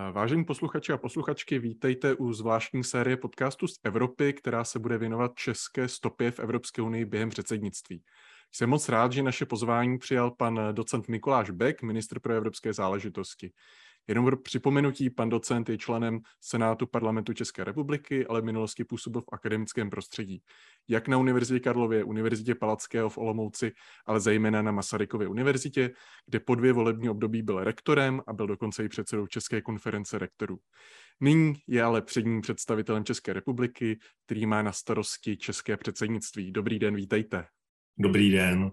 Vážení posluchači a posluchačky, vítejte u zvláštní série podcastu z Evropy, která se bude věnovat české stopě v Evropské unii během předsednictví. Jsem moc rád, že naše pozvání přijal pan docent Mikuláš Bek, ministr pro evropské záležitosti. Jenom pro připomenutí, pan docent je členem Senátu Parlamentu České republiky, ale v minulosti působil v akademickém prostředí. Jak na Univerzitě Karlově, Univerzitě Palackého v Olomouci, ale zejména na Masarykově univerzitě, kde po 2 volební období byl rektorem a byl dokonce i předsedou České konference rektorů. Nyní je ale předním představitelem České republiky, který má na starosti české předsednictví. Dobrý den, vítejte. Dobrý den.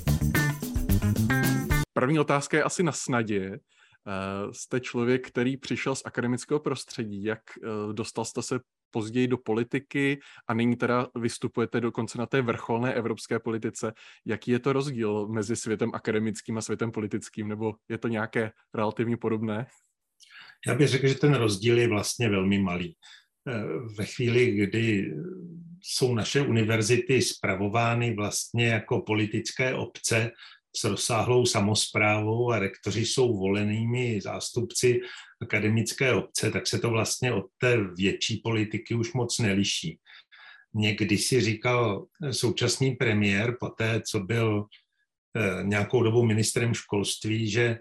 První otázka je asi na snadě. Jste člověk, který přišel z akademického prostředí. Jak dostal jste se později do politiky a nyní teda vystupujete dokonce na té vrcholné evropské politice? Jaký je to rozdíl mezi světem akademickým a světem politickým, nebo je to nějaké relativně podobné? Já bych řekl, že ten rozdíl je vlastně velmi malý. Ve chvíli, kdy jsou naše univerzity spravovány vlastně jako politické obce s rozsáhlou samosprávou a rektoři jsou volenými zástupci akademické obce, tak se to vlastně od té větší politiky už moc neliší. Někdy si říkal současný premiér, poté co byl nějakou dobu ministrem školství, že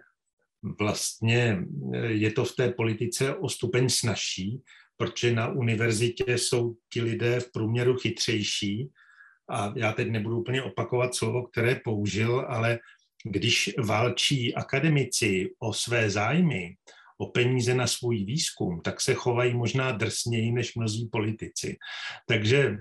vlastně je to v té politice o stupeň snazší, protože na univerzitě jsou ti lidé v průměru chytřejší. A já teď nebudu úplně opakovat slovo, které použil, ale když válčí akademici o své zájmy, o peníze na svůj výzkum, tak se chovají možná drsněji než mnozí politici. Takže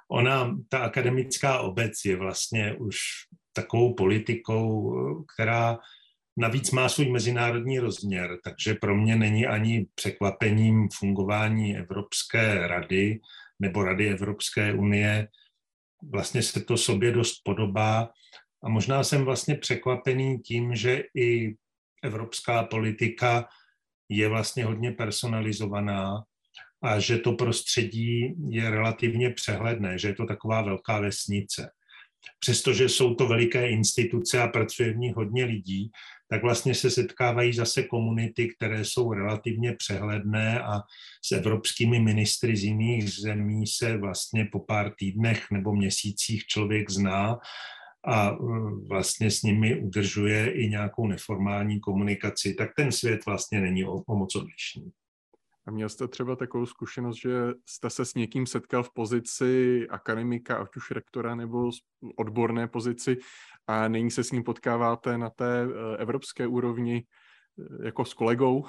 ta akademická obec je vlastně už takovou politikou, která navíc má svůj mezinárodní rozměr, takže pro mě není ani překvapením fungování Evropské rady nebo Rady Evropské unie. Vlastně se to sobě dost podobá a možná jsem vlastně překvapený tím, že i evropská politika je vlastně hodně personalizovaná a že to prostředí je relativně přehledné, že je to taková velká vesnice. Přestože jsou to veliké instituce a pracuje v nich hodně lidí, tak vlastně se setkávají zase komunity, které jsou relativně přehledné a s evropskými ministry z jiných zemí se vlastně po pár týdnech nebo měsících člověk zná a vlastně s nimi udržuje i nějakou neformální komunikaci. Tak ten svět vlastně není o moc odlišný. A měl jste třeba takovou zkušenost, že jste se s někým setkal v pozici akademika, ať už rektora nebo odborné pozici, a nyní se s ním potkáváte na té evropské úrovni jako s kolegou?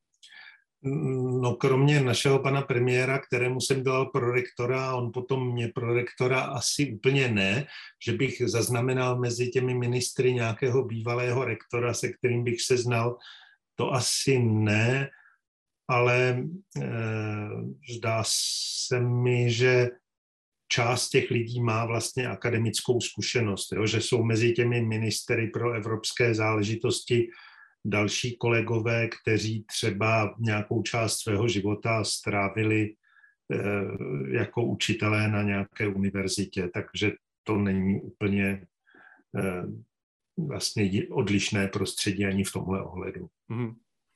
No, kromě našeho pana premiéra, kterému jsem dělal prorektora, a on potom mě prorektora asi úplně ne, že bych zaznamenal mezi těmi ministry nějakého bývalého rektora, se kterým bych se znal, to asi ne, ale zdá se mi, že část těch lidí má vlastně akademickou zkušenost, že jsou mezi těmi ministry pro evropské záležitosti další kolegové, kteří třeba nějakou část svého života strávili jako učitelé na nějaké univerzitě, takže to není úplně vlastně odlišné prostředí ani v tomhle ohledu. Mm-hmm.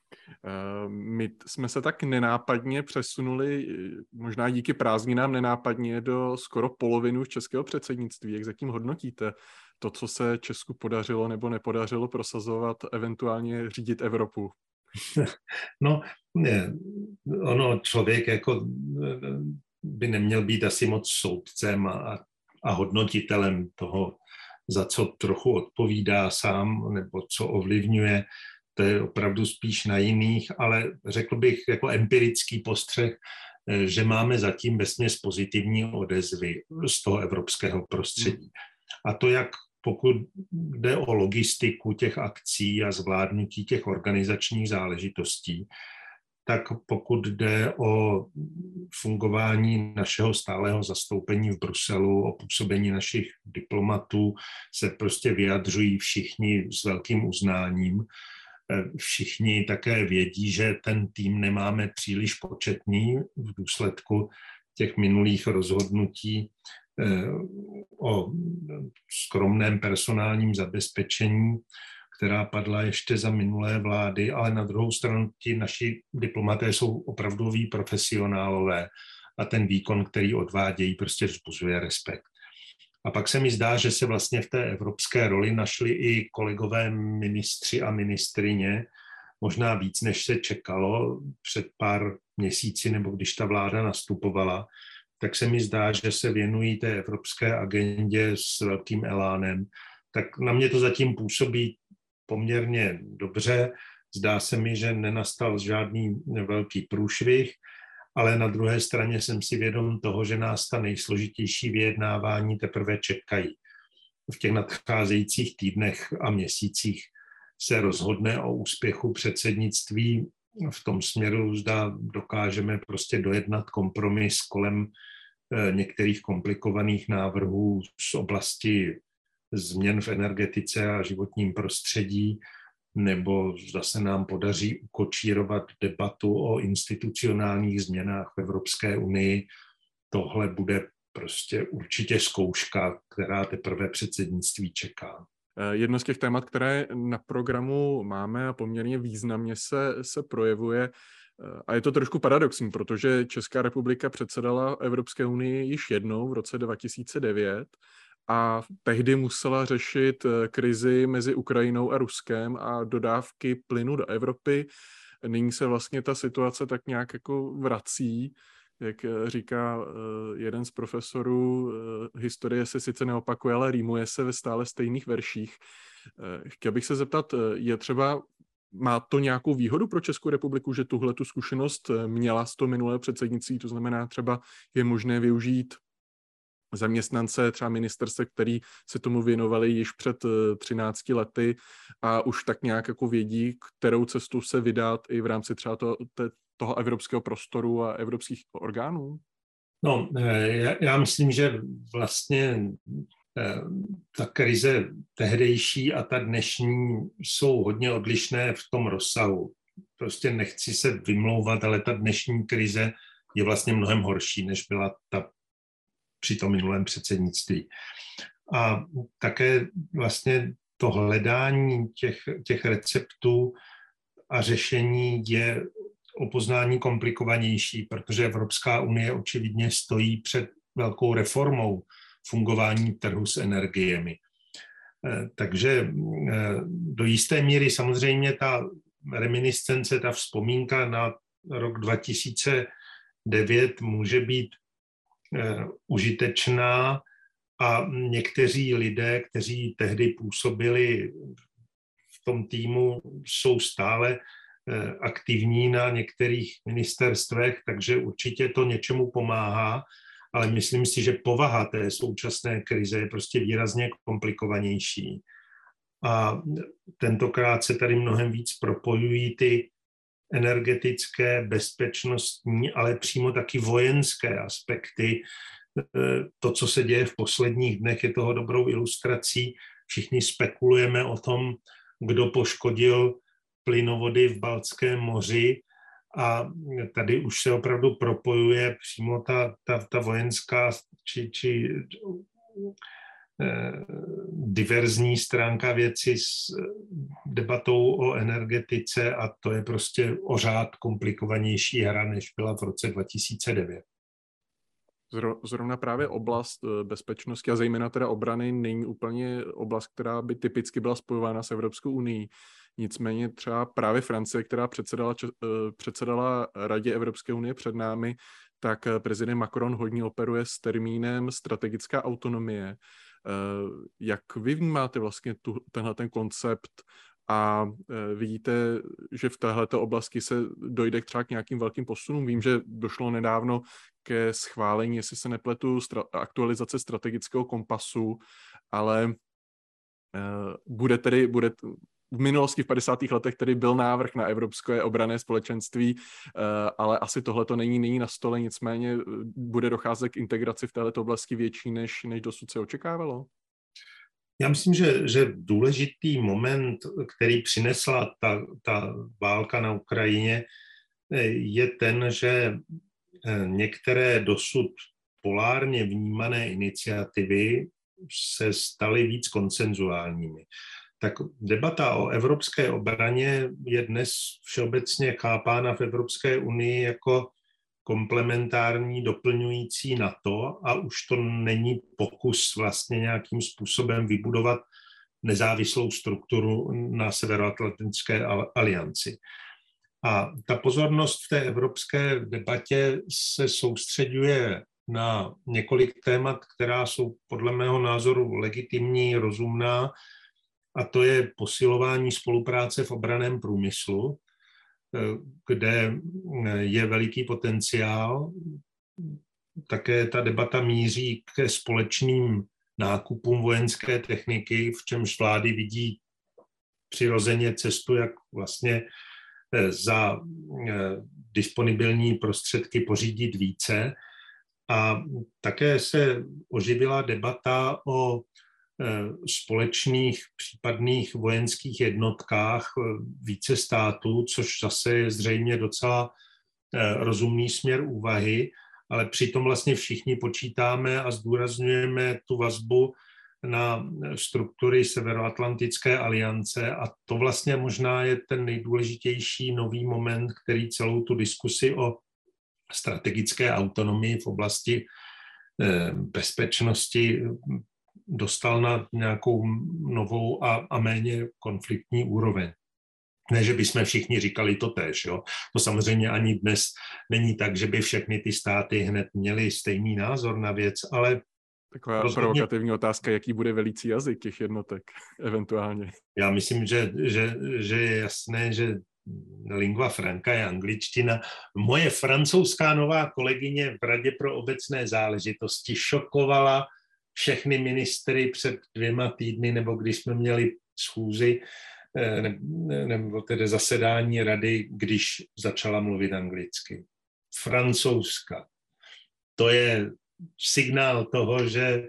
My jsme se tak nenápadně přesunuli, možná díky prázdninám nenápadně, do skoro polovinu českého předsednictví. Jak zatím hodnotíte to, co se Česku podařilo nebo nepodařilo prosazovat, eventuálně řídit Evropu? No, člověk jako by neměl být asi moc soudcem a hodnotitelem toho, za co trochu odpovídá sám nebo co ovlivňuje. To je opravdu spíš na jiných, ale řekl bych jako empirický postřeh, že máme zatím vesměs pozitivní odezvy z toho evropského prostředí. A to jak pokud jde o logistiku těch akcí a zvládnutí těch organizačních záležitostí, tak pokud jde o fungování našeho stálého zastoupení v Bruselu, o působení našich diplomatů, se prostě vyjadřují všichni s velkým uznáním. Všichni také vědí, že ten tým nemáme příliš početný v důsledku těch minulých rozhodnutí o skromném personálním zabezpečení, která padla ještě za minulé vlády, ale na druhou stranu ti naši diplomaté jsou opravdoví profesionálové a ten výkon, který odvádějí, prostě vzbuzuje respekt. A pak se mi zdá, že se vlastně v té evropské roli našli i kolegové ministři a ministryně, možná víc, než se čekalo před pár měsíci, nebo když ta vláda nastupovala, tak se mi zdá, že se věnují té evropské agendě s velkým elánem. Tak na mě to zatím působí poměrně dobře. Zdá se mi, že nenastal žádný velký průšvih, ale na druhé straně jsem si vědom toho, že nás ta nejsložitější vyjednávání teprve čekají. V těch nadcházejících týdnech a měsících se rozhodne o úspěchu předsednictví v tom směru, zda dokážeme prostě dojednat kompromis kolem některých komplikovaných návrhů z oblasti změn v energetice a životním prostředí, nebo zda se nám podaří ukočírovat debatu o institucionálních změnách v Evropské unii. Tohle bude prostě určitě zkouška, která teprve předsednictví čeká. Jedno z těch témat, které na programu máme a poměrně významně se projevuje, a je to trošku paradoxní, protože Česká republika předsedala Evropské unii již jednou v roce 2009 a tehdy musela řešit krizi mezi Ukrajinou a Ruskem a dodávky plynu do Evropy. Nyní se vlastně ta situace tak nějak jako vrací. Jak říká jeden z profesorů, historie se sice neopakuje, ale rýmuje se ve stále stejných verších. Chtěl bych se zeptat, má to nějakou výhodu pro Českou republiku, že tuhle tu zkušenost měla z toho minulého předsednictví, to znamená třeba je možné využít zaměstnance třeba ministerstve, který se tomu věnovali již před 13 lety a už tak nějak jako vědí, kterou cestu se vydat i v rámci třeba toho evropského prostoru a evropských orgánů? No, já myslím, že vlastně ta krize tehdejší a ta dnešní jsou hodně odlišné v tom rozsahu. Prostě nechci se vymlouvat, ale ta dnešní krize je vlastně mnohem horší, než byla ta při tom minulém předsednictví. A také vlastně to hledání těch receptů a řešení je o poznání komplikovanější, protože Evropská unie očividně stojí před velkou reformou fungování trhu s energiemi. Takže do jisté míry samozřejmě ta reminiscence, ta vzpomínka na rok 2009 může být užitečná a někteří lidé, kteří tehdy působili v tom týmu, jsou stále aktivní na některých ministerstvech, takže určitě to něčemu pomáhá, ale myslím si, že povaha té současné krize je prostě výrazně komplikovanější. A tentokrát se tady mnohem víc propojují ty energetické, bezpečnostní, ale přímo taky vojenské aspekty. To, co se děje v posledních dnech, je toho dobrou ilustrací. Všichni spekulujeme o tom, kdo poškodil plynovody v Baltském moři a tady už se opravdu propojuje přímo ta vojenská či diverzní stránka věci s debatou o energetice a to je prostě o řád komplikovanější hra, než byla v roce 2009. Zrovna právě oblast bezpečnosti a zejména teda obrany není úplně oblast, která by typicky byla spojována s Evropskou unií. Nicméně třeba právě Francie, která předsedala Radě Evropské unie před námi, tak prezident Macron hodně operuje s termínem strategická autonomie. Jak vy vnímáte vlastně tenhle ten koncept a vidíte, že v téhleté oblasti se dojde třeba k nějakým velkým posunům? Vím, že došlo nedávno ke schválení, jestli se nepletu, aktualizace strategického kompasu, ale bude v minulosti v 50. letech tedy byl návrh na Evropské obranné společenství, ale asi tohle to není na stole, nicméně bude docházet k integraci v této oblasti větší, než dosud se očekávalo? Já myslím, že důležitý moment, který přinesla ta válka na Ukrajině, je ten, že některé dosud polárně vnímané iniciativy se staly víc konsenzuálními. Tak debata o evropské obraně je dnes všeobecně chápána v Evropské unii jako komplementární, doplňující NATO a už to není pokus vlastně nějakým způsobem vybudovat nezávislou strukturu na Severoatlantické alianci. A ta pozornost v té evropské debatě se soustřeďuje na několik témat, která jsou podle mého názoru legitimní, rozumná, a to je posilování spolupráce v obranném průmyslu, kde je veliký potenciál. Také ta debata míří ke společným nákupům vojenské techniky, v čemž vlády vidí přirozeně cestu, jak vlastně za disponibilní prostředky pořídit více. A také se oživila debata o společných případných vojenských jednotkách více států, což zase je zřejmě docela rozumný směr úvahy, ale přitom vlastně všichni počítáme a zdůrazňujeme tu vazbu na struktury Severoatlantické aliance a to vlastně možná je ten nejdůležitější nový moment, který celou tu diskusi o strategické autonomii v oblasti bezpečnosti dostal na nějakou novou a méně konfliktní úroveň. Ne, že bychom všichni říkali totéž. Jo? To samozřejmě ani dnes není tak, že by všechny ty státy hned měly stejný názor na věc, ale taková provokativní otázka, jaký bude velící jazyk těch jednotek eventuálně. Já myslím, že je jasné, že lingua franca je angličtina. Moje francouzská nová kolegyně v Radě pro obecné záležitosti šokovala všechny ministry před 2 týdny, nebo když jsme měli schůzi, nebo tedy zasedání rady, když začala mluvit anglicky. Francouzska. To je signál toho, že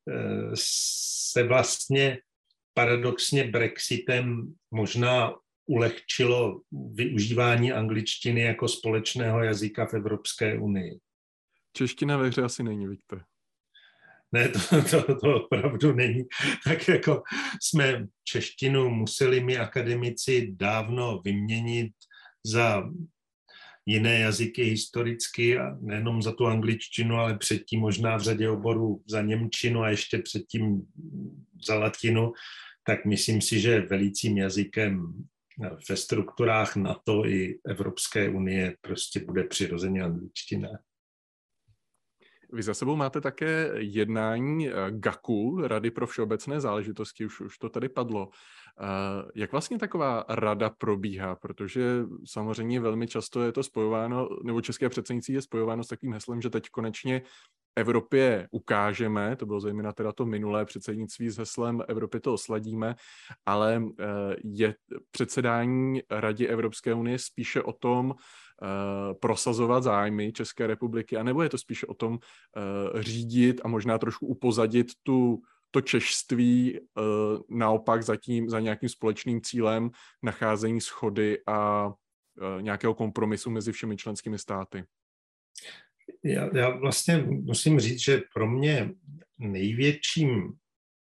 se vlastně paradoxně Brexitem možná ulehčilo využívání angličtiny jako společného jazyka v Evropské unii. Čeština ve hře asi není, Viktor. Ne, to opravdu není. Tak jako jsme češtinu museli my akademici dávno vyměnit za jiné jazyky historicky, a nejenom za tu angličtinu, ale předtím možná v řadě oborů za němčinu a ještě předtím za latinu, tak myslím si, že velícím jazykem ve strukturách NATO i Evropské unie prostě bude přirozeně angličtina. Vy za sebou máte také jednání GAKu, Rady pro všeobecné záležitosti, už to tady padlo. Jak vlastně taková rada probíhá? Protože samozřejmě velmi často je to spojováno, nebo české předsednictví je spojováno s takovým heslem, že teď konečně Evropě ukážeme, to bylo zejména teda to minulé předsednictví s heslem Evropě to osladíme, ale je předsedání Radě Evropské unie spíše o tom prosazovat zájmy České republiky, anebo je to spíše o tom řídit a možná trošku upozadit to češství naopak za nějakým společným cílem nacházení shody a nějakého kompromisu mezi všemi členskými státy? Já vlastně musím říct, že pro mě největším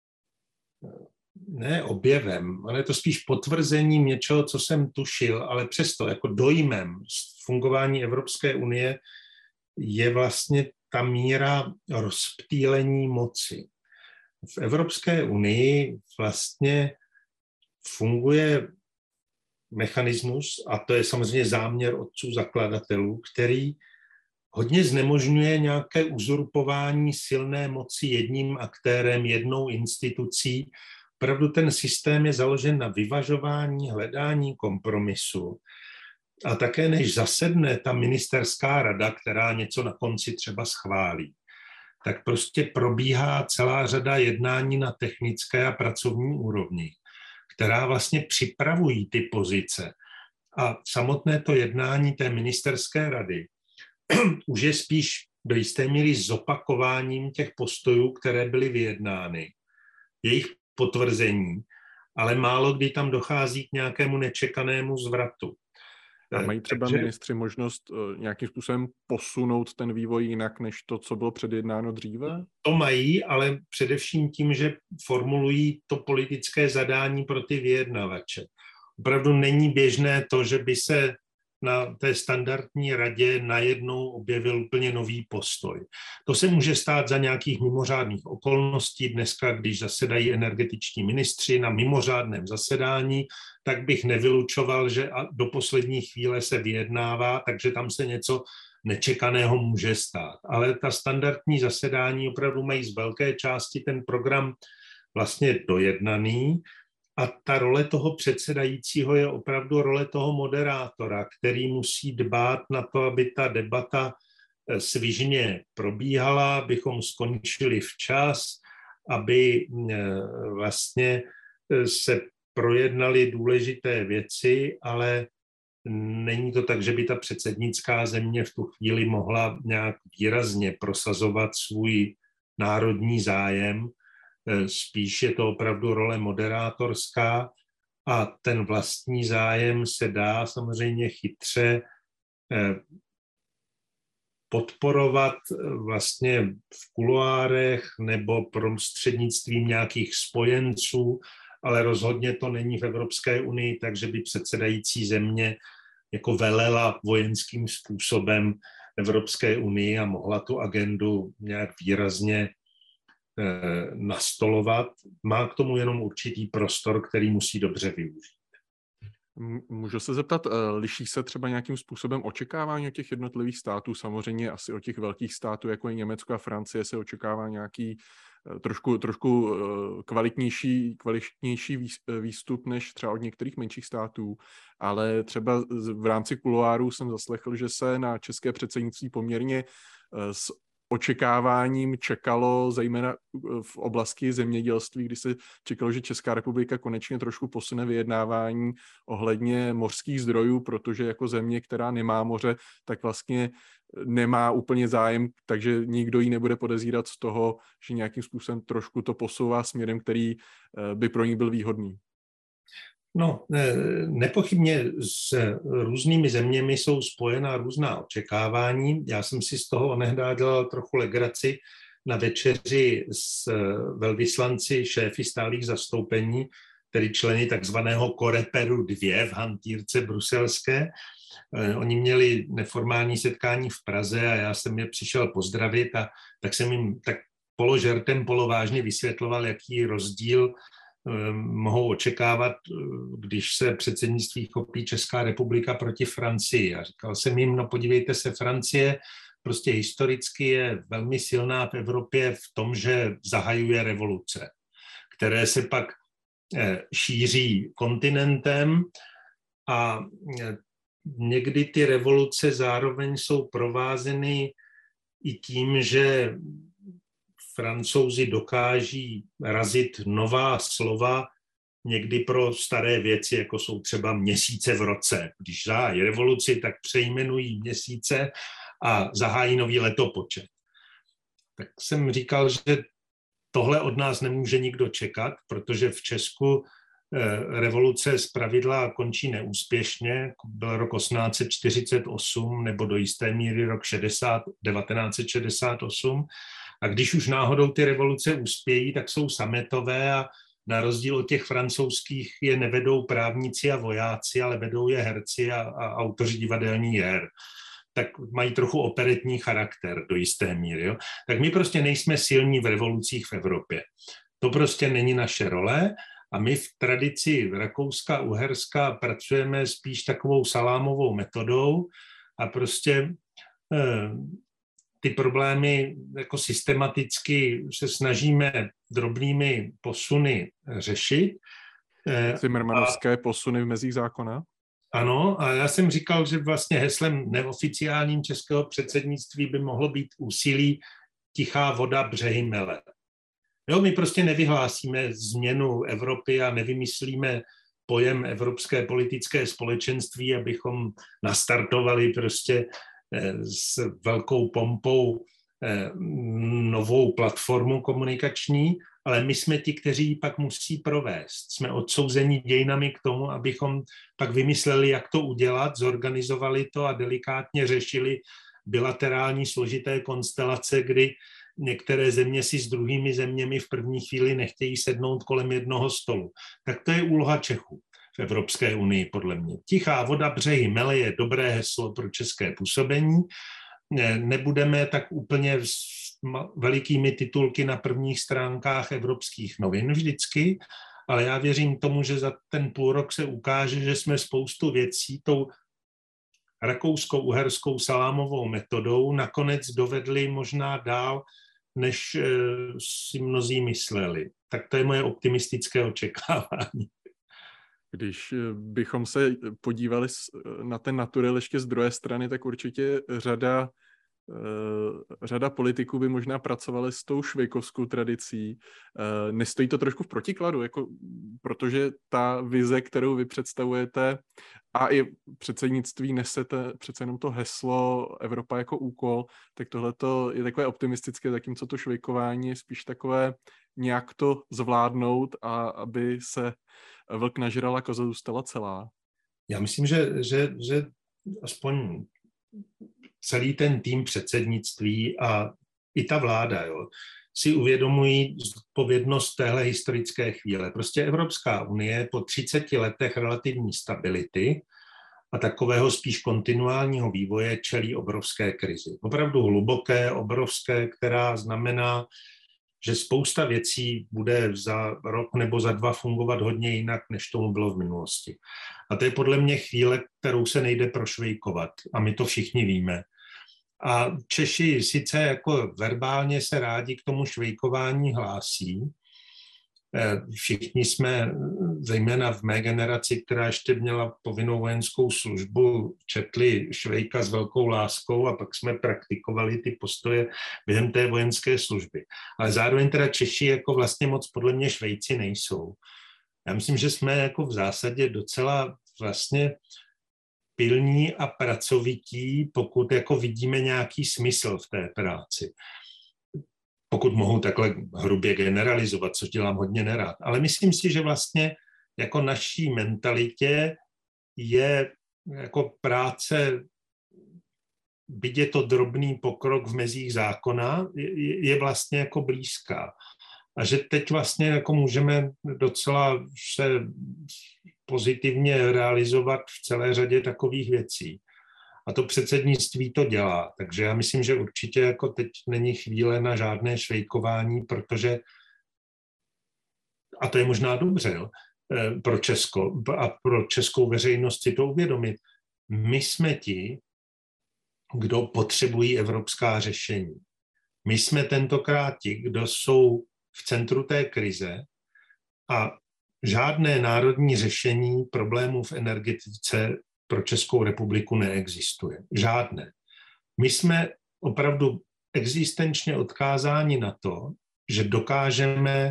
ne objevem, ale je to spíš potvrzením něčeho, co jsem tušil, ale přesto jako dojmem z fungování Evropské unie je vlastně ta míra rozptýlení moci. V Evropské unii vlastně funguje mechanismus, a to je samozřejmě záměr otců zakladatelů, který hodně znemožňuje nějaké uzurpování silné moci jedním aktérem, jednou institucí. Opravdu ten systém je založen na vyvažování, hledání kompromisu. A také než zasedne ta ministerská rada, která něco na konci třeba schválí, tak prostě probíhá celá řada jednání na technické a pracovní úrovni, která vlastně připravují ty pozice. A samotné to jednání té ministerské rady už je spíš do jisté míry zopakováním těch postojů, které byly vyjednány, jejich potvrzení, ale málo kdy tam dochází k nějakému nečekanému zvratu. A mají třeba ministři možnost nějakým způsobem posunout ten vývoj jinak, než to, co bylo předjednáno dříve? To mají, ale především tím, že formulují to politické zadání pro ty vyjednavače. Opravdu není běžné to, že by se na té standardní radě najednou objevil úplně nový postoj. To se může stát za nějakých mimořádných okolností. Dneska, když zasedají energetičtí ministři na mimořádném zasedání, tak bych nevylučoval, že do poslední chvíle se vyjednává, takže tam se něco nečekaného může stát. Ale ta standardní zasedání opravdu mají z velké části ten program vlastně dojednaný. A ta role toho předsedajícího je opravdu role toho moderátora, který musí dbát na to, aby ta debata svižně probíhala, abychom skončili včas, aby vlastně se projednaly důležité věci, ale není to tak, že by ta předsednická země v tu chvíli mohla nějak výrazně prosazovat svůj národní zájem. Spíš je to opravdu role moderátorská a ten vlastní zájem se dá samozřejmě chytře podporovat vlastně v kuloárech nebo prostřednictvím nějakých spojenců, ale rozhodně to není v Evropské unii, takže by předsedající země jako velela vojenským způsobem Evropské unii a mohla tu agendu nějak výrazně nastolovat. Má k tomu jenom určitý prostor, který musí dobře využít. Můžu se zeptat, liší se třeba nějakým způsobem očekávání od těch jednotlivých států? Samozřejmě asi od těch velkých států, jako je Německo a Francie, se očekává nějaký trošku kvalitnější výstup než třeba od některých menších států, ale třeba v rámci kuloárů jsem zaslechl, že se na české předsednictví poměrně s očekáváním čekalo, zejména v oblasti zemědělství, kdy se čekalo, že Česká republika konečně trošku posune vyjednávání ohledně mořských zdrojů, protože jako země, která nemá moře, tak vlastně nemá úplně zájem, takže nikdo ji nebude podezírat z toho, že nějakým způsobem trošku to posouvá směrem, který by pro ní byl výhodný. No, nepochybně s různými zeměmi jsou spojená různá očekávání. Já jsem si z toho onehdá dělal trochu legraci na večeři s velvyslanci, šéfy stálých zastoupení, tedy členy takzvaného Coreperu 2 v hantýrce bruselské. Oni měli neformální setkání v Praze a já jsem je přišel pozdravit a tak jsem jim tak položertem, polovážně vysvětloval, jaký rozdíl mohou očekávat, když se předsednictví chopí Česká republika proti Francii. A říkal jsem jim, no podívejte se, Francie prostě historicky je velmi silná v Evropě v tom, že zahajuje revoluce, které se pak šíří kontinentem a někdy ty revoluce zároveň jsou provázeny i tím, že Francouzi dokáží razit nová slova někdy pro staré věci, jako jsou třeba měsíce v roce. Když zahájí revoluci, tak přejmenují měsíce a zahájí nový letopočet. Tak jsem říkal, že tohle od nás nemůže nikdo čekat, protože v Česku revoluce zpravidla končí neúspěšně. Byl rok 1848 nebo do jisté míry rok 1968. A když už náhodou ty revoluce uspějí, tak jsou sametové a na rozdíl od těch francouzských je nevedou právníci a vojáci, ale vedou je herci a autoři divadelních her. Tak mají trochu operetní charakter do jisté míry. Jo? Tak my prostě nejsme silní v revolucích v Evropě. To prostě není naše role a my v tradici Rakouska, Uherska pracujeme spíš takovou salámovou metodou a prostě ty problémy jako systematicky se snažíme drobnými posuny řešit. Zimmermanovské posuny v mezích zákona? Ano, a já jsem říkal, že vlastně heslem neoficiálním českého předsednictví by mohlo být úsilí tichá voda břehy mele. Jo, my prostě nevyhlásíme změnu Evropy a nevymyslíme pojem Evropské politické společenství, abychom nastartovali prostě s velkou pompou novou platformu komunikační, ale my jsme ti, kteří ji pak musí provést. Jsme odsouzeni dějinami k tomu, abychom pak vymysleli, jak to udělat, zorganizovali to a delikátně řešili bilaterální složité konstelace, kdy některé země si s druhými zeměmi v první chvíli nechtějí sednout kolem jednoho stolu. Tak to je úloha Čechů v Evropské unii, podle mě. Tichá voda, břehy mele je dobré heslo pro české působení. Nebudeme tak úplně s velikými titulky na prvních stránkách evropských novin vždycky, ale já věřím tomu, že za ten půl rok se ukáže, že jsme spoustu věcí tou rakousko-uherskou salámovou metodou nakonec dovedli možná dál, než si mnozí mysleli. Tak to je moje optimistické očekávání. Když bychom se podívali na ten naturel ještě z druhé strany, tak určitě řada politiků by možná pracovali s tou švejkovskou tradicí. Nestojí to trošku v protikladu, protože ta vize, kterou vy představujete, a i předsednictví nesete přece jenom to heslo Evropa jako úkol, tak tohle je takové optimistické, zatímco to švejkování je spíš takové nějak to zvládnout a aby se vlk nažral a koza zůstala celá. Já myslím, že aspoň celý ten tým předsednictví a i ta vláda si uvědomují zodpovědnost téhle historické chvíle. Prostě Evropská unie po 30 letech relativní stability a takového spíš kontinuálního vývoje čelí obrovské krizi. Opravdu hluboké, obrovské, která znamená, že spousta věcí bude za rok nebo za 2 fungovat hodně jinak, než tomu bylo v minulosti. A to je podle mě chvíle, kterou se nejde prošvejkovat. A my to všichni víme. A Češi sice jako verbálně se rádi k tomu švejkování hlásí. Všichni jsme, zejména v mé generaci, která ještě měla povinnou vojenskou službu, četli Švejka s velkou láskou a pak jsme praktikovali ty postoje během té vojenské služby. Ale zároveň teda Češi jako vlastně moc podle mě Švejci nejsou. Já myslím, že jsme jako v zásadě docela vlastně pilní a pracovití, pokud jako vidíme nějaký smysl v té práci. Pokud mohu takhle hrubě generalizovat, což dělám hodně nerad. Ale myslím si, že vlastně jako naší mentalitě je jako práce, byť je to drobný pokrok v mezích zákona, je vlastně jako blízká. A že teď vlastně jako můžeme docela se pozitivně realizovat v celé řadě takových věcí. A to předsednictví to dělá. Takže já myslím, že určitě jako teď není chvíle na žádné švejkování, protože, a to je možná dobře pro Česko a pro českou veřejnost si to uvědomit, my jsme ti, kdo potřebují evropská řešení. My jsme tentokrát ti, kdo jsou v centru té krize a žádné národní řešení problémů v energetice pro Českou republiku neexistuje. Žádné. My jsme opravdu existenčně odkázáni na to, že dokážeme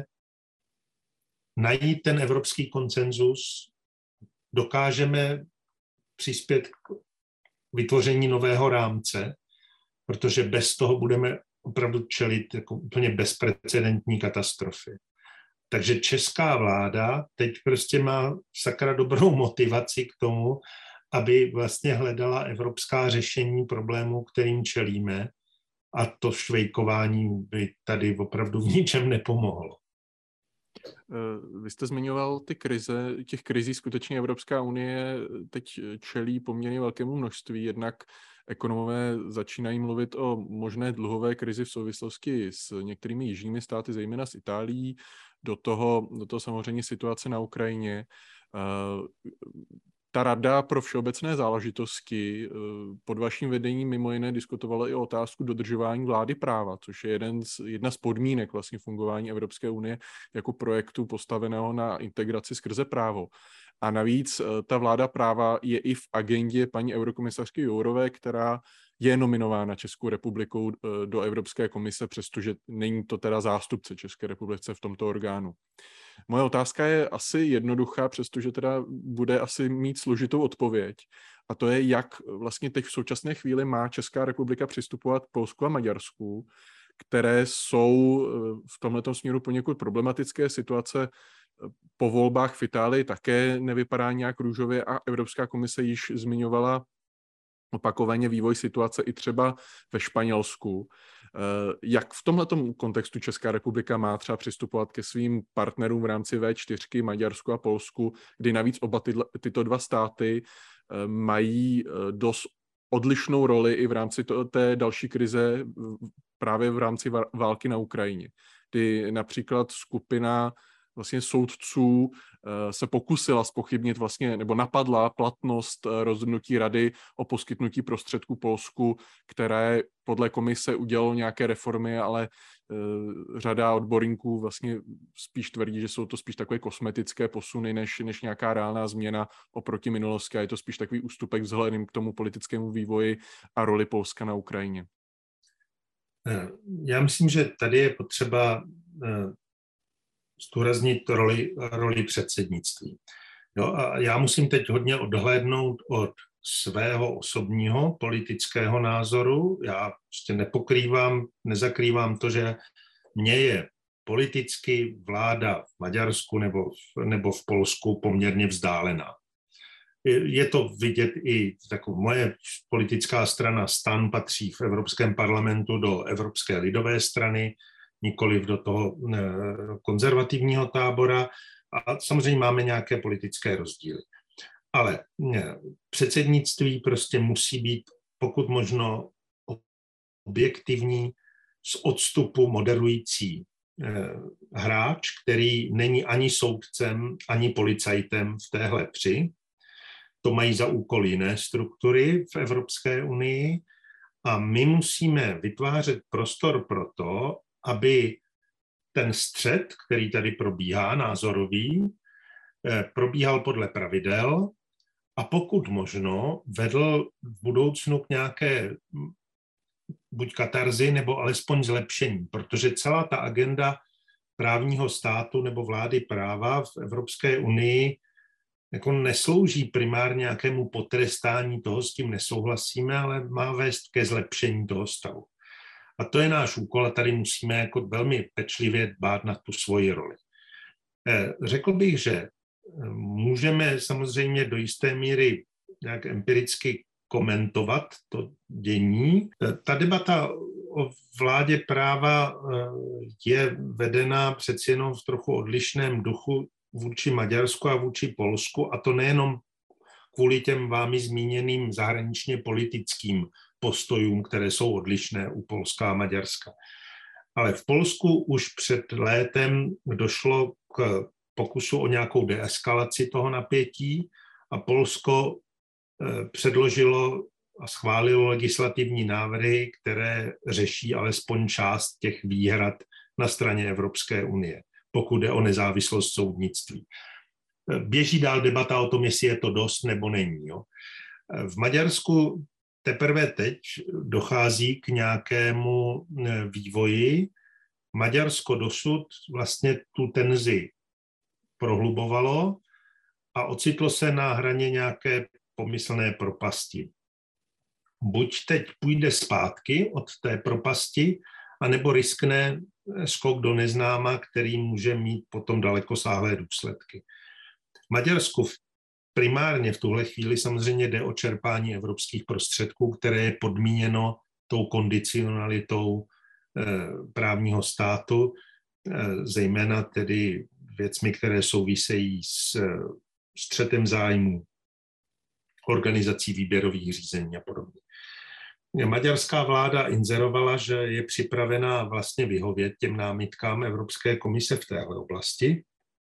najít ten evropský konsenzus, dokážeme přispět k vytvoření nového rámce, protože bez toho budeme opravdu čelit jako úplně bezprecedentní katastrofy. Takže česká vláda teď prostě má sakra dobrou motivaci k tomu, aby vlastně hledala evropská řešení problémů, kterým čelíme, a to švejkování by tady opravdu v ničem nepomohlo. Vy jste zmiňoval ty krize, těch krizí skutečně Evropská unie teď čelí poměrně velkému množství, jednak ekonomové začínají mluvit o možné dluhové krizi v souvislosti s některými jižními státy, zejména s Itálií, do toho samozřejmě situace na Ukrajině. Ta Rada pro všeobecné záležitosti pod vaším vedením mimo jiné diskutovala i o otázku dodržování vlády práva, což je jedna z podmínek vlastně fungování Evropské unie jako projektu postaveného na integraci skrze právo. A navíc ta vláda práva je i v agendě paní eurokomisařky Jourové, která je nominována Českou republikou do Evropské komise, přestože není to teda zástupce České republice v tomto orgánu. Moje otázka je asi jednoduchá, přestože teda bude asi mít složitou odpověď. A to je, jak vlastně teď v současné chvíli má Česká republika přistupovat k Polsku a Maďarsku, které jsou v tomhletom směru poněkud problematické situace. Po volbách v Itálii také nevypadá nějak růžově a Evropská komise již zmiňovala opakovaně vývoj situace i třeba ve Španělsku. Jak v tomhletom kontextu Česká republika má třeba přistupovat ke svým partnerům v rámci V4, Maďarsku a Polsku, kdy navíc oba tyto dva státy mají dost odlišnou roli i v rámci té další krize právě v rámci války na Ukrajině, kdy například skupina vlastně soudců se pokusila zpochybnit vlastně, nebo napadla platnost rozhodnutí Rady o poskytnutí prostředků Polsku, které podle komise udělalo nějaké reformy, ale řada odborníků vlastně spíš tvrdí, že jsou to spíš takové kosmetické posuny, než nějaká reálná změna oproti minulosti a je to spíš takový ústupek vzhledem k tomu politickému vývoji a roli Polska na Ukrajině. Já myslím, že tady je potřeba zdůraznit roli předsednictví. Jo, a já musím teď hodně odhlédnout od svého osobního politického názoru. Já prostě nezakrývám to, že mně je politicky vláda v Maďarsku nebo v Polsku poměrně vzdálená. Je to vidět i taková moje politická strana STAN patří v Evropském parlamentu do Evropské lidové strany, nikoliv do toho konzervativního tábora a samozřejmě máme nějaké politické rozdíly. Ale předsednictví prostě musí být pokud možno objektivní, z odstupu moderující hráč, který není ani soudcem, ani policajtem v téhle hře. To mají za úkol jiné struktury v Evropské unii a my musíme vytvářet prostor pro to, aby ten střet, který tady probíhá, názorový, probíhal podle pravidel a pokud možno vedl v budoucnu k nějaké buď katarzi, nebo alespoň zlepšení, protože celá ta agenda právního státu nebo vlády práva v Evropské unii jako neslouží primárně nějakému potrestání toho, s tím nesouhlasíme, ale má vést ke zlepšení toho stavu. A to je náš úkol a tady musíme jako velmi pečlivě dbát na tu svoji roli. Řekl bych, že můžeme samozřejmě do jisté míry nějak empiricky komentovat to dění. Ta debata o vládě práva je vedena přeci jenom v trochu odlišném duchu vůči Maďarsku a vůči Polsku, a to nejenom kvůli těm vámi zmíněným zahraničně politickým postojům, které jsou odlišné u Polska a Maďarska. Ale v Polsku už před létem došlo k pokusu o nějakou deeskalaci toho napětí a Polsko předložilo a schválilo legislativní návrhy, které řeší alespoň část těch výhrad na straně Evropské unie, pokud jde o nezávislost soudnictví. Běží dál debata o tom, jestli je to dost nebo není. Jo. V Maďarsku teprve teď dochází k nějakému vývoji. Maďarsko dosud vlastně tu tenzi prohlubovalo a ocitlo se na hraně nějaké pomyslné propasti. Buď teď půjde zpátky od té propasti, anebo riskne skok do neznáma, který může mít potom dalekosáhlé důsledky. Maďarsku primárně v tuhle chvíli samozřejmě jde o čerpání evropských prostředků, které je podmíněno tou kondicionalitou právního státu, zejména tedy věcmi, které souvisejí s střetem zájmů, organizací výběrových řízení a podobně. Maďarská vláda inzerovala, že je připravená vlastně vyhovět těm námitkám Evropské komise v téhle oblasti,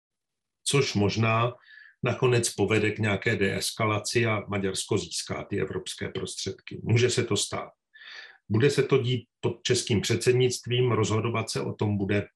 což možná nakonec povede k nějaké deeskalaci a Maďarsko získá ty evropské prostředky. Může se to stát. Bude se to dít pod českým předsednictvím, rozhodovat se o tom bude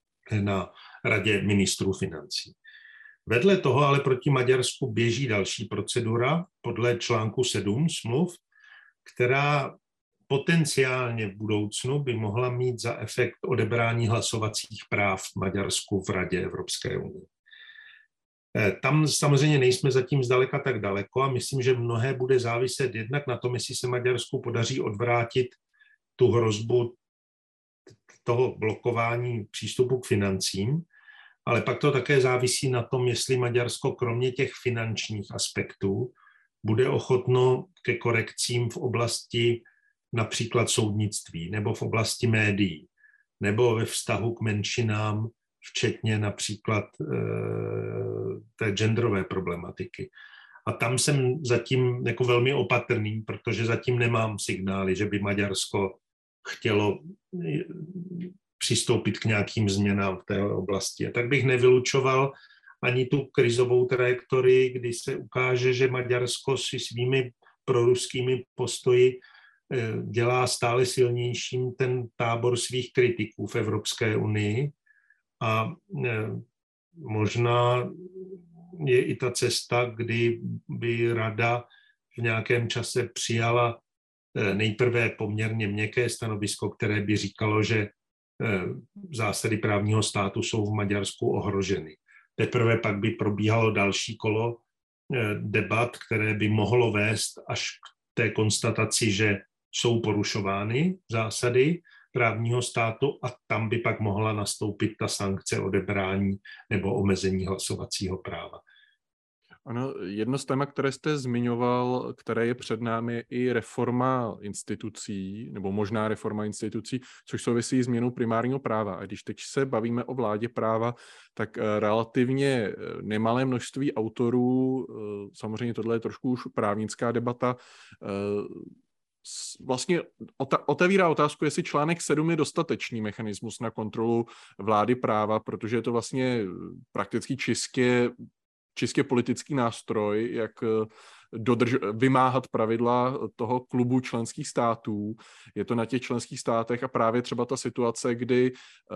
na Radě ministrů financí. Vedle toho ale proti Maďarsku běží další procedura podle článku 7 smluv, která potenciálně v budoucnu by mohla mít za efekt odebrání hlasovacích práv v Maďarsku v Radě Evropské unie. Tam samozřejmě nejsme zatím zdaleka tak daleko a myslím, že mnohé bude záviset jednak na tom, jestli se Maďarsku podaří odvrátit tu hrozbu toho blokování přístupu k financím, ale pak to také závisí na tom, jestli Maďarsko kromě těch finančních aspektů bude ochotno ke korekcím v oblasti například soudnictví nebo v oblasti médií nebo ve vztahu k menšinám, včetně například té genderové problematiky. A tam jsem zatím jako velmi opatrný, protože zatím nemám signály, že by Maďarsko chtělo přistoupit k nějakým změnám v té oblasti. A tak bych nevylučoval ani tu krizovou trajektorii, kdy se ukáže, že Maďarsko si svými proruskými postoji dělá stále silnějším ten tábor svých kritiků v Evropské unii. A možná je i ta cesta, kdy by Rada v nějakém čase přijala nejprve poměrně měkké stanovisko, které by říkalo, že zásady právního státu jsou v Maďarsku ohroženy. Teprve pak by probíhalo další kolo debat, které by mohlo vést až k té konstataci, že jsou porušovány zásady právního státu a tam by pak mohla nastoupit ta sankce odebrání nebo omezení hlasovacího práva. Ano, jedno z témat, které jste zmiňoval, které je před námi, je i reforma institucí, nebo možná reforma institucí, což souvisí s změnou primárního práva. A když teď se bavíme o vládě práva, tak relativně nemalé množství autorů, samozřejmě tohle je trošku už právnická debata, vlastně otevírá otázku, jestli článek 7 je dostatečný mechanismus na kontrolu vlády práva, protože je to vlastně prakticky čistě politický nástroj, jak vymáhat pravidla toho klubu členských států. Je to na těch členských státech a právě třeba ta situace, kdy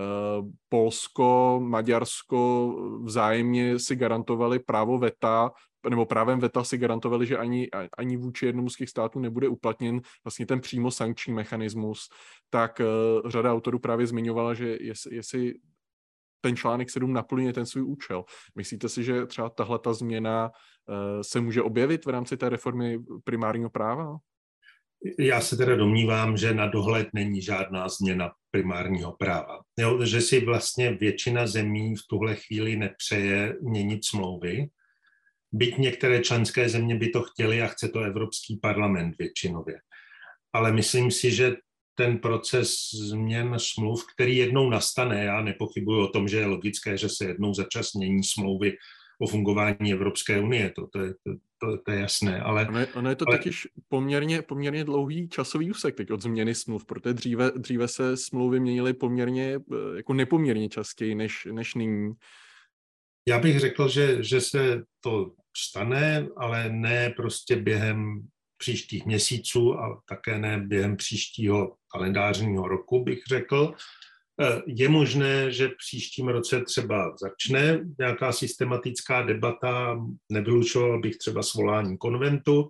Polsko, Maďarsko vzájemně si garantovali právo veta, nebo právem veta si garantovali, že ani vůči jednomu z těch států nebude uplatněn vlastně ten přímo sankční mechanismus, tak řada autorů právě zmiňovala, že jestli ten článek 7 naplňuje ten svůj účel. Myslíte si, že třeba tahle ta změna se může objevit v rámci té reformy primárního práva? Já se teda domnívám, že na dohled není žádná změna primárního práva. Jo, že si vlastně většina zemí v tuhle chvíli nepřeje měnit smlouvy, byť některé členské země by to chtěly a chce to Evropský parlament většinově. Ale myslím si, že ten proces změn smluv, který jednou nastane, já nepochybuji o tom, že je logické, že se jednou za čas mění smlouvy o fungování Evropské unie, to je jasné. Ale ono je to totiž poměrně dlouhý časový úsek teď od změny smluv, protože dříve se smlouvy měnily poměrně jako nepoměrně častěji než nyní. Já bych řekl, že se to stane, ale ne prostě během příštích měsíců a také ne během příštího kalendářního roku, bych řekl. Je možné, že v příštím roce třeba začne nějaká systematická debata, nevylučoval bych třeba svolání konventu,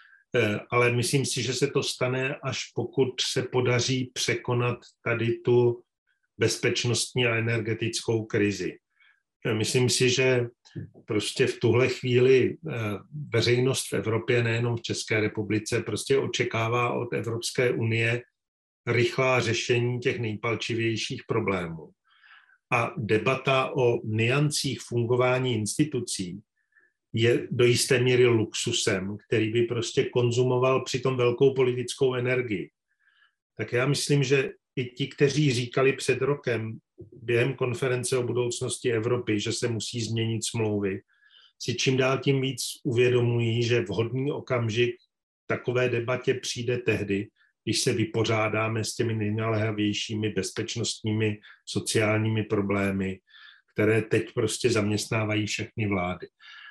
ale myslím si, že se to stane, až pokud se podaří překonat tady tu bezpečnostní a energetickou krizi. Myslím si, že prostě v tuhle chvíli veřejnost v Evropě, nejenom v České republice, prostě očekává od Evropské unie rychlá řešení těch nejpalčivějších problémů. A debata o nuancích fungování institucí je do jisté míry luxusem, který by prostě konzumoval přitom velkou politickou energii. Tak já myslím, že i ti, kteří říkali před rokem během konference o budoucnosti Evropy, že se musí změnit smlouvy, si čím dál tím víc uvědomují, že vhodný okamžik takové debatě přijde tehdy, když se vypořádáme s těmi nejnaléhavějšími bezpečnostními, sociálními problémy, které teď prostě zaměstnávají všechny vlády.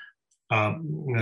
A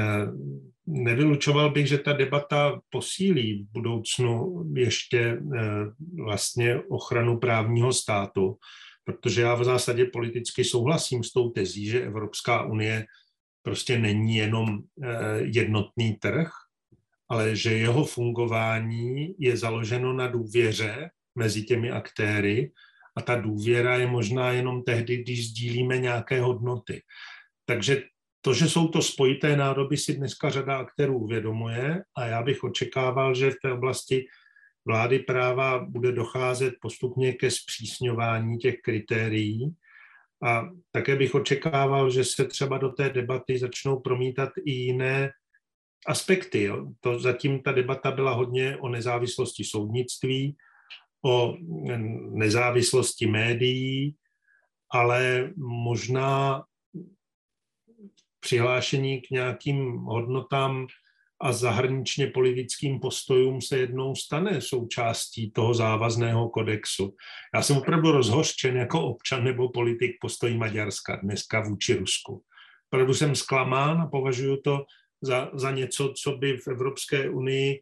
nevylučoval bych, že ta debata posílí v budoucnu ještě vlastně ochranu právního státu, protože já v zásadě politicky souhlasím s tou tezí, že Evropská unie prostě není jenom jednotný trh, ale že jeho fungování je založeno na důvěře mezi těmi aktéry a ta důvěra je možná jenom tehdy, když sdílíme nějaké hodnoty. Takže to, že jsou to spojité nádoby, si dneska řada aktérů uvědomuje a já bych očekával, že v té oblasti vlády práva bude docházet postupně ke zpřísňování těch kritérií a také bych očekával, že se třeba do té debaty začnou promítat i jiné aspekty. Jo. To zatím ta debata byla hodně o nezávislosti soudnictví, o nezávislosti médií, ale možná přihlášení k nějakým hodnotám a zahraničně politickým postojům se jednou stane součástí toho závazného kodexu. Já jsem opravdu rozhořčen jako občan nebo politik postojí Maďarska dneska vůči Rusku. Opravdu jsem zklamán a považuji to za něco, co by v Evropské unii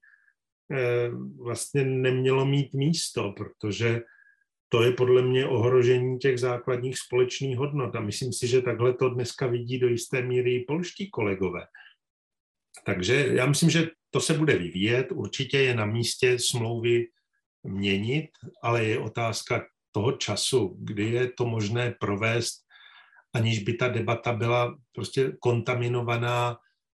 vlastně nemělo mít místo, protože to je podle mě ohrožení těch základních společných hodnot. A myslím si, že takhle to dneska vidí do jisté míry i polští kolegové. Takže já myslím, že to se bude vyvíjet. Určitě je na místě smlouvy měnit, ale je otázka toho času, kdy je to možné provést, aniž by ta debata byla prostě kontaminovaná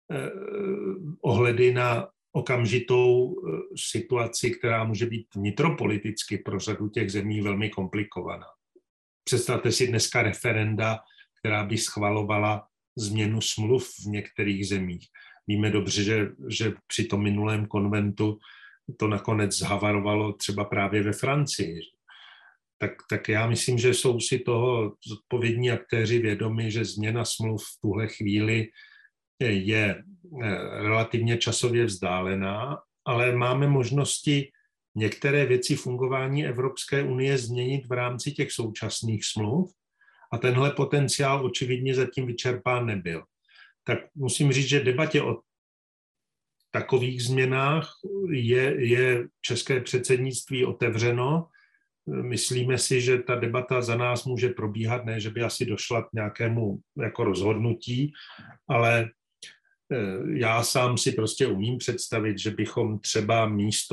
ohledy na okamžitou situaci, která může být vnitropoliticky pro řadu těch zemí velmi komplikovaná. Představte si dneska referenda, která by schvalovala změnu smluv v některých zemích. Víme dobře, že při tom minulém konventu to nakonec zhavarovalo třeba právě ve Francii. Tak já myslím, že jsou si toho zodpovědní aktéři vědomi, že změna smluv v tuhle chvíli je relativně časově vzdálená, ale máme možnosti některé věci fungování Evropské unie změnit v rámci těch současných smluv a tenhle potenciál očividně zatím vyčerpán nebyl. Tak musím říct, že debatě o takových změnách je české předsednictví otevřeno. Myslíme si, že ta debata za nás může probíhat, ne, že by asi došla k nějakému jako rozhodnutí, ale já sám si prostě umím představit, že bychom třeba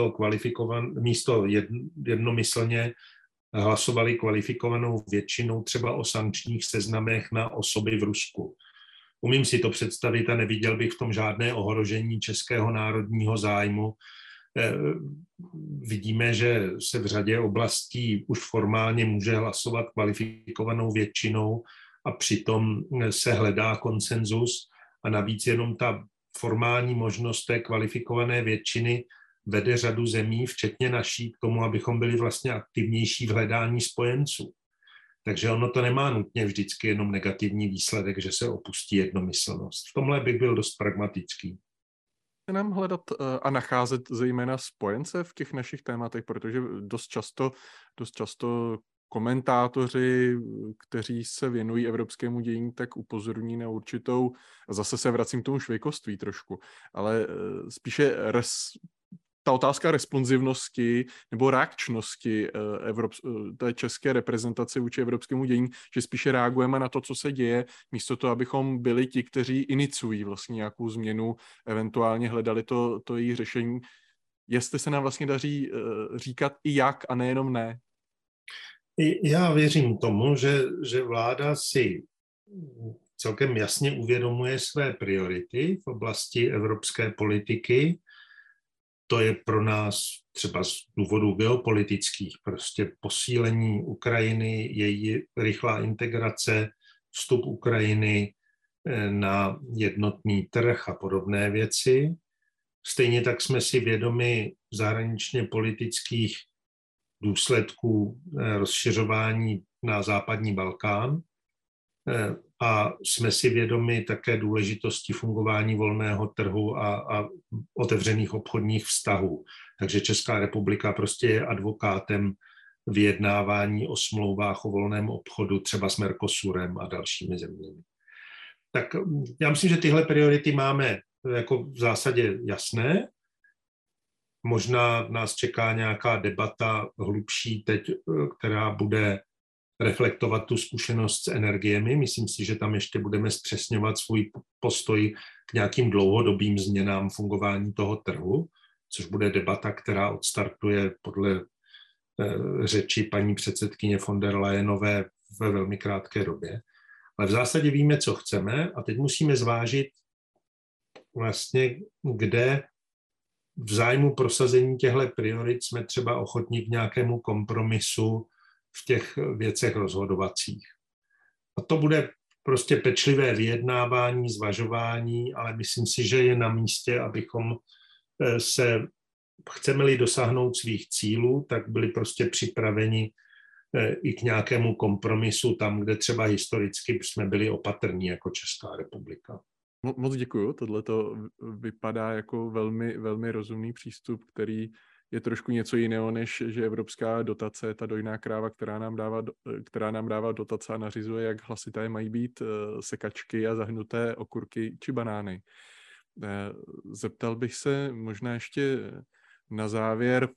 místo jednomyslně hlasovali kvalifikovanou většinou třeba o sankčních seznamech na osoby v Rusku. Umím si to představit a neviděl bych v tom žádné ohrožení českého národního zájmu. Vidíme, že se v řadě oblastí už formálně může hlasovat kvalifikovanou většinou a přitom se hledá konsenzus a navíc jenom ta formální možnost té kvalifikované většiny vede řadu zemí, včetně naší, k tomu, abychom byli vlastně aktivnější v hledání spojenců. Takže ono to nemá nutně vždycky jenom negativní výsledek, že se opustí jednomyslnost. V tomhle bych byl dost pragmatický. Nám hledat a nacházet zejména spojence v těch našich tématech, protože dost často komentátoři, kteří se věnují evropskému dění, tak upozorní na určitou, zase se vracím k tomu švejkoství trošku, ale spíše ta otázka responsivnosti nebo reakčnosti té české reprezentace vůči evropskému dění, že spíše reagujeme na to, co se děje, místo toho, abychom byli ti, kteří iniciují vlastně nějakou změnu, eventuálně hledali to její řešení. Jestli se nám vlastně daří říkat i jak a nejenom ne. Já věřím tomu, že vláda si celkem jasně uvědomuje své priority v oblasti evropské politiky. To je pro nás třeba z důvodů geopolitických, prostě posílení Ukrajiny, její rychlá integrace, vstup Ukrajiny na jednotný trh a podobné věci. Stejně tak jsme si vědomi zahraničně politických důsledků rozšiřování na západní Balkán a jsme si vědomi také důležitosti fungování volného trhu a otevřených obchodních vztahů. Takže Česká republika prostě je advokátem vyjednávání o smlouvách o volném obchodu, třeba s Mercosurem a dalšími zeměmi. Tak já myslím, že tyhle priority máme jako v zásadě jasné. Možná nás čeká nějaká debata hlubší teď, která bude reflektovat tu zkušenost s energiemi. Myslím si, že tam ještě budeme zpřesňovat svůj postoj k nějakým dlouhodobým změnám fungování toho trhu, což bude debata, která odstartuje podle řeči paní předsedkyně von der Leyenové ve velmi krátké době. Ale v zásadě víme, co chceme a teď musíme zvážit vlastně, kde v zájmu prosazení těchto priorit jsme třeba ochotní k nějakému kompromisu v těch věcech rozhodovacích. A to bude prostě pečlivé vyjednávání, zvažování, ale myslím si, že je na místě, abychom se, chceme-li dosáhnout svých cílů, tak byli prostě připraveni i k nějakému kompromisu tam, kde třeba historicky jsme byli opatrní jako Česká republika. Moc děkuju, tohle to vypadá jako velmi, velmi rozumný přístup, který je trošku něco jiného, než že evropská dotace je ta dojná kráva, která nám dává dotace a nařizuje, jak hlasité mají být sekačky a zahnuté okurky či banány. Zeptal bych se možná ještě na závěr,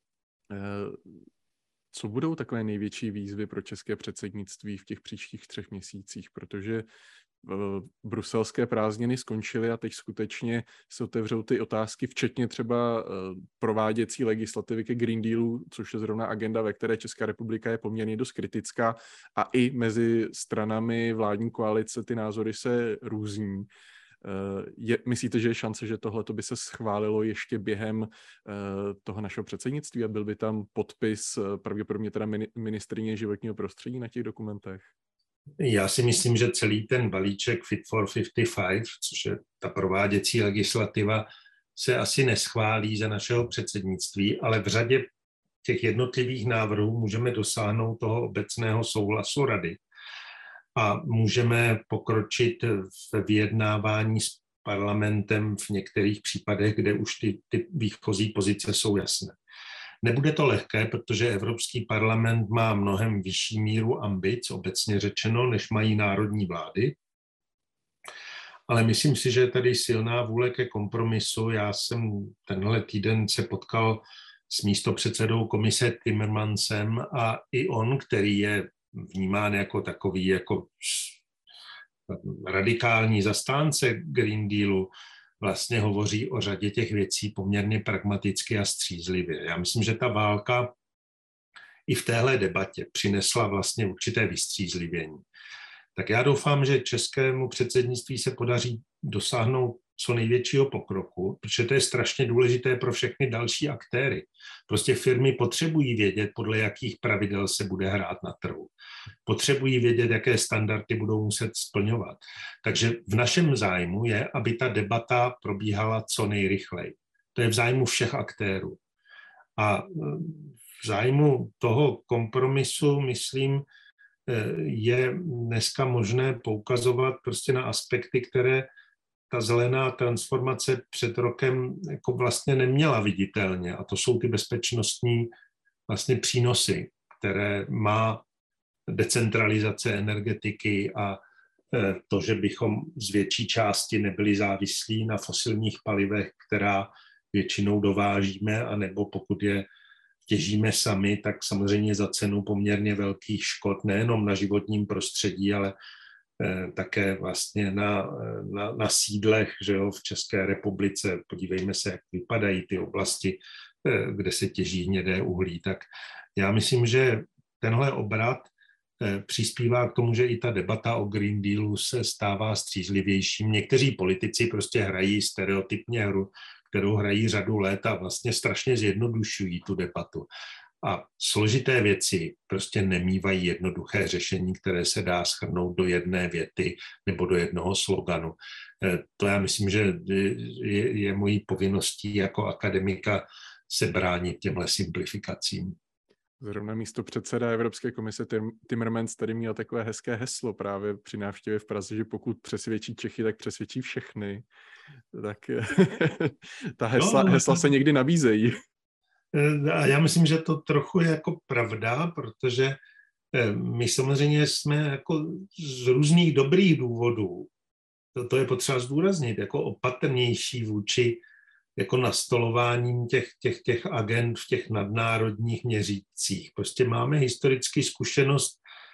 co budou takové největší výzvy pro české předsednictví v těch příštích 3 měsících, protože bruselské prázdniny skončily a teď skutečně se otevřou ty otázky, včetně třeba prováděcí legislativy ke Green Dealu, což je zrovna agenda, ve které Česká republika je poměrně dost kritická a i mezi stranami vládní koalice ty názory se různí. Myslíte, že je šance, že tohleto by se schválilo ještě během toho našeho předsednictví a byl by tam podpis pravděpodobně teda ministryně životního prostředí na těch dokumentech? Já si myslím, že celý ten balíček Fit for 55, což je ta prováděcí legislativa, se asi neschválí za našeho předsednictví, ale v řadě těch jednotlivých návrhů můžeme dosáhnout toho obecného souhlasu Rady a můžeme pokročit v vyjednávání s parlamentem v některých případech, kde už ty výchozí pozice jsou jasné. Nebude to lehké, protože Evropský parlament má mnohem vyšší míru ambic, obecně řečeno, než mají národní vlády. Ale myslím si, že je tady silná vůle ke kompromisu. Já jsem tenhle týden se potkal s místopředsedou komise Timmermansem a i on, který je vnímán jako takový jako radikální zastánce Green Dealu, vlastně hovoří o řadě těch věcí poměrně pragmaticky a střízlivě. Já myslím, že ta válka i v téhle debatě přinesla vlastně určité vystřízlivění. Tak já doufám, že českému předsednictví se podaří dosáhnout co největšího pokroku, protože to je strašně důležité pro všechny další aktéry. Prostě firmy potřebují vědět, podle jakých pravidel se bude hrát na trhu. Potřebují vědět, jaké standardy budou muset splňovat. Takže v našem zájmu je, aby ta debata probíhala co nejrychleji. To je v zájmu všech aktérů. A v zájmu toho kompromisu, myslím, je dneska možné poukazovat prostě na aspekty, které ta zelená transformace před rokem jako vlastně neměla viditelně. A to jsou ty bezpečnostní vlastně přínosy, které má decentralizace energetiky a to, že bychom z větší části nebyli závislí na fosilních palivech, která většinou dovážíme, anebo pokud je těžíme sami, tak samozřejmě za cenu poměrně velkých škod, nejenom na životním prostředí, ale také vlastně na sídlech, že jo, v České republice. Podívejme se, jak vypadají ty oblasti, kde se těží hnědé uhlí. Tak já myslím, že tenhle obrat přispívá k tomu, že i ta debata o Green Dealu se stává střízlivějším. Někteří politici prostě hrají stereotypně hru, kterou hrají řadu let a vlastně strašně zjednodušují tu debatu. A složité věci prostě nemívají jednoduché řešení, které se dá shrnout do jedné věty nebo do jednoho sloganu. To já myslím, že je mojí povinností jako akademika se bránit těmhle simplifikacím. Zrovna místopředseda Evropské komise Timmermans tady měl takové hezké heslo právě při návštěvě v Praze, že pokud přesvědčí Čechy, tak přesvědčí všechny. Tak ta hesla se někdy nabízejí. A já myslím, že to trochu je jako pravda, protože my samozřejmě jsme jako z různých dobrých důvodů, to je potřeba zdůraznit, jako opatrnější vůči jako nastolováním těch agend v těch nadnárodních měřících. Prostě máme historicky zkušenost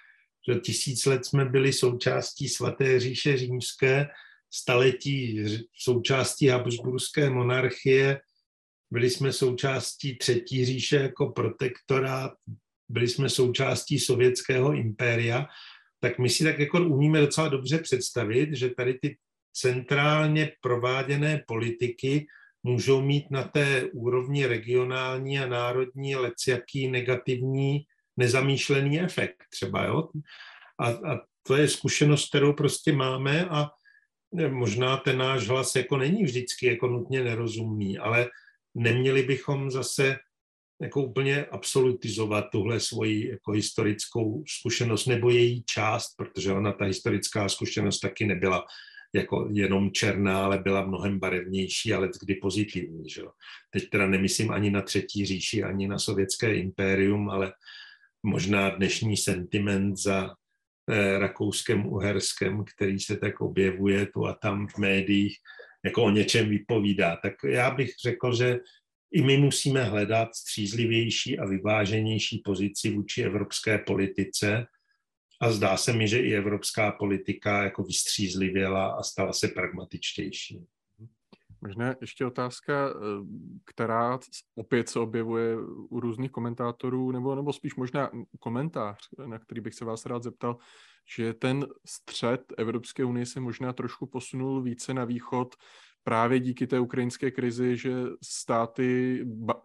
že 1000 let jsme byli součástí Svaté říše římské, staletí součástí Habsburské monarchie, byli jsme součástí Třetí říše jako protektorát, byli jsme součástí Sovětského impéria, tak my si tak jako umíme docela dobře představit, že tady ty centrálně prováděné politiky můžou mít na té úrovni regionální a národní lecjaký negativní nezamýšlený efekt třeba, jo? A to je zkušenost, kterou prostě máme a možná ten náš hlas jako není vždycky jako nutně nerozumný, ale neměli bychom zase jako úplně absolutizovat tuhle svoji jako historickou zkušenost nebo její část, protože ona, ta historická zkušenost taky nebyla jako jenom černá, ale byla mnohem barevnější, ale kdy pozitivní. Že? Teď teda nemyslím ani na Třetí říši, ani na Sovětské impérium, ale možná dnešní sentiment za Rakouskem, Uherskem, který se tak objevuje tu a tam v médiích, jako o něčem vypovídá. Tak já bych řekl, že i my musíme hledat střízlivější a vyváženější pozici vůči evropské politice a zdá se mi, že i evropská politika jako vystřízlivěla a stala se pragmatičtější. Možná ještě otázka, která opět se objevuje u různých komentátorů, nebo spíš možná komentář, na který bych se vás rád zeptal, že ten střed Evropské unie se možná trošku posunul více na východ právě díky té ukrajinské krizi, že státy,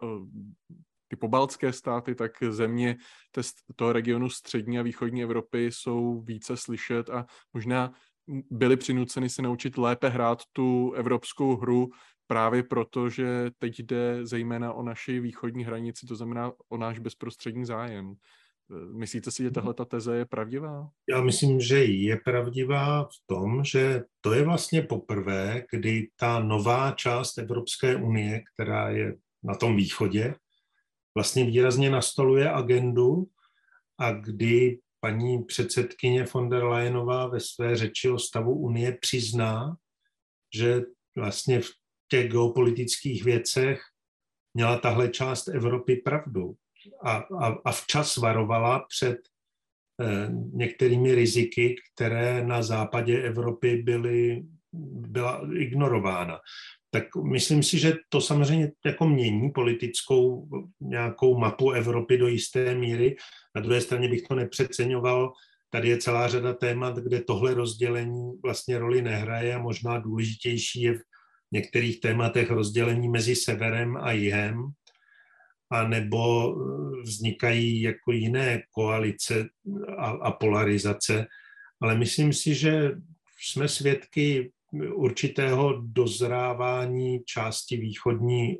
ty pobaltské státy, tak země toho regionu střední a východní Evropy jsou více slyšet a možná byli přinuceni se naučit lépe hrát tu evropskou hru právě proto, že teď jde zejména o naši východní hranici, to znamená o náš bezprostřední zájem. Myslíte si, že tahle ta teze je pravdivá? Já myslím, že je pravdivá v tom, že to je vlastně poprvé, kdy ta nová část Evropské unie, která je na tom východě, vlastně výrazně nastoluje agendu a kdy paní předsedkyně von der Leyenová ve své řeči o stavu Unie přizná, že vlastně v těch geopolitických věcech měla tahle část Evropy pravdu a včas varovala před některými riziky, které na západě Evropy byla ignorována. Tak myslím si, že to samozřejmě jako mění politickou nějakou mapu Evropy do jisté míry. Na druhé straně bych to nepřeceňoval. Tady je celá řada témat, kde tohle rozdělení vlastně roli nehraje a možná důležitější je v některých tématech rozdělení mezi severem a jihem, a nebo vznikají jako jiné koalice a polarizace. Ale myslím si, že jsme svědky určitého dozrávání části východní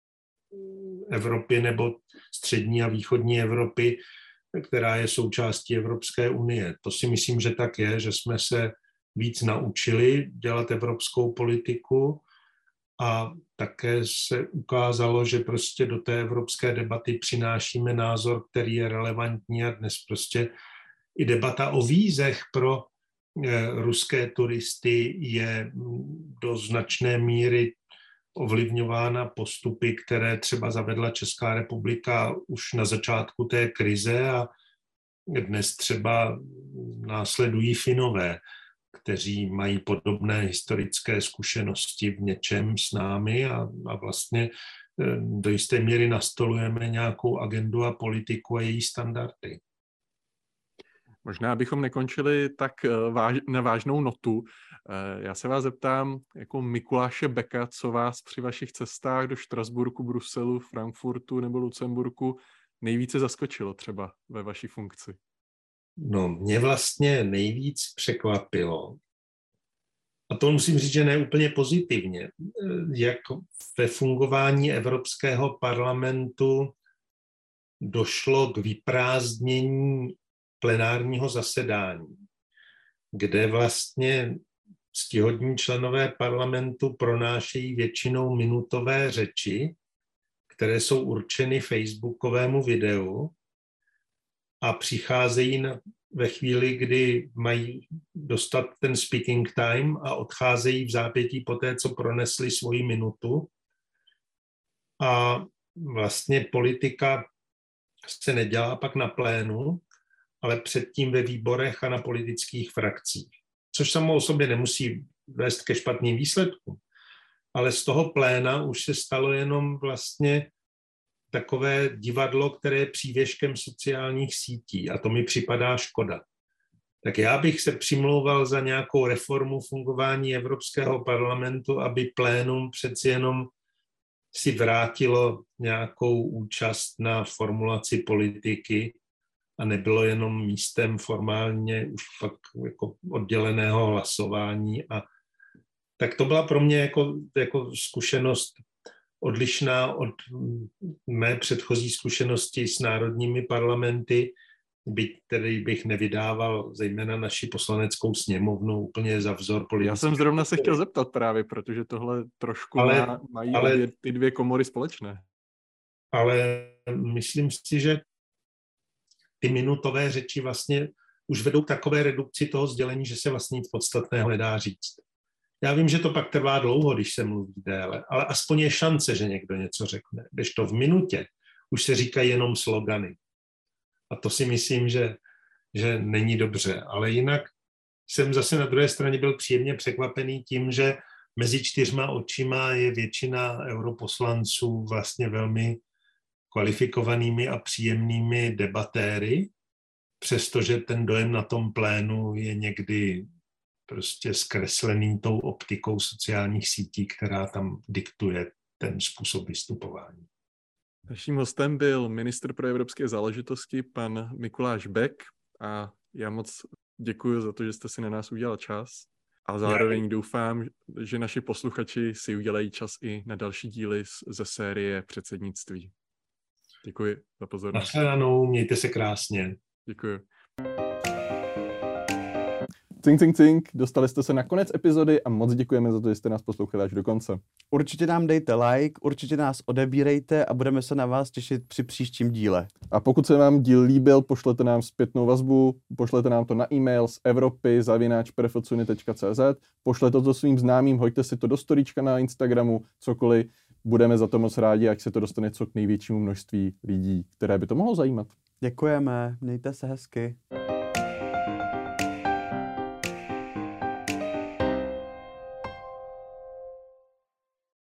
Evropy nebo střední a východní Evropy, která je součástí Evropské unie. To si myslím, že tak je, že jsme se víc naučili dělat evropskou politiku a také se ukázalo, že prostě do té evropské debaty přinášíme názor, který je relevantní a dnes prostě i debata o vízech pro ruské turisty je do značné míry ovlivňována postupy, které třeba zavedla Česká republika už na začátku té krize a dnes třeba následují Finové, kteří mají podobné historické zkušenosti v něčem s námi a vlastně do jisté míry nastolujeme nějakou agendu a politiku a její standardy. Možná, abychom nekončili tak na vážnou notu. Já se vás zeptám jako Mikuláše Beka, co vás při vašich cestách do Štrasburku, Bruselu, Frankfurtu nebo Lucemburku nejvíce zaskočilo třeba ve vaší funkci? No, mě vlastně nejvíc překvapilo, a to musím říct, že ne úplně pozitivně, jak ve fungování Evropského parlamentu došlo k vyprázdnění plenárního zasedání, kde vlastně ctihodní členové parlamentu pronášejí většinou minutové řeči, které jsou určeny facebookovému videu a přicházejí ve chvíli, kdy mají dostat ten speaking time a odcházejí v zápětí po té, co pronesli svoji minutu. A vlastně politika se nedělá pak na plénu, ale předtím ve výborech a na politických frakcích. Což samo o sobě nemusí vést ke špatným výsledkům. Ale z toho pléna už se stalo jenom vlastně takové divadlo, které je přívěškem sociálních sítí a to mi připadá škoda. Tak já bych se přimlouval za nějakou reformu fungování Evropského parlamentu, aby plénum přeci jenom si vrátilo nějakou účast na formulaci politiky a nebylo jenom místem formálně už fakt jako odděleného hlasování. A tak to byla pro mě jako zkušenost odlišná od mé předchozí zkušenosti s národními parlamenty, byť tedy bych nevydával zejména naši poslaneckou sněmovnu úplně za vzor politické. Já jsem zrovna se chtěl zeptat právě, protože tohle trošku mají obě ty dvě komory společné. Ale myslím si, že ty minutové řeči vlastně už vedou k takové redukci toho sdělení, že se vlastně nic podstatného nedá říct. Já vím, že to pak trvá dlouho, když se mluví déle, ale aspoň je šance, že někdo něco řekne. Kdežto v minutě už se říkají jenom slogany. A to si myslím, že není dobře. Ale jinak jsem zase na druhé straně byl příjemně překvapený tím, že mezi 4 očima je většina europoslanců vlastně velmi kvalifikovanými a příjemnými debatéry, přestože ten dojem na tom plénu je někdy prostě zkreslený tou optikou sociálních sítí, která tam diktuje ten způsob vystupování. Naším hostem byl ministr pro evropské záležitosti, pan Mikuláš Bek, a já moc děkuji za to, že jste si na nás udělal čas a zároveň doufám, že naši posluchači si udělají čas i na další díly ze série předsednictví. Děkuji za pozornost. Nashledanou, mějte se krásně. Děkuji. Cink, cink, cink, dostali jste se na konec epizody a moc děkujeme za to, že jste nás poslouchali až do konce. Určitě nám dejte like, určitě nás odebírejte a budeme se na vás těšit při příštím díle. A pokud se vám díl líbil, pošlete nám zpětnou vazbu, pošlete nám to na e-mail z evropy@perfecuni.cz, pošlete to svým známým, hoďte si to do storíčka na Instagramu, cokoliv, budeme za to moc rádi, jak se to dostane co k největšímu množství lidí, které by to mohlo zajímat. Děkujeme, mějte se hezky.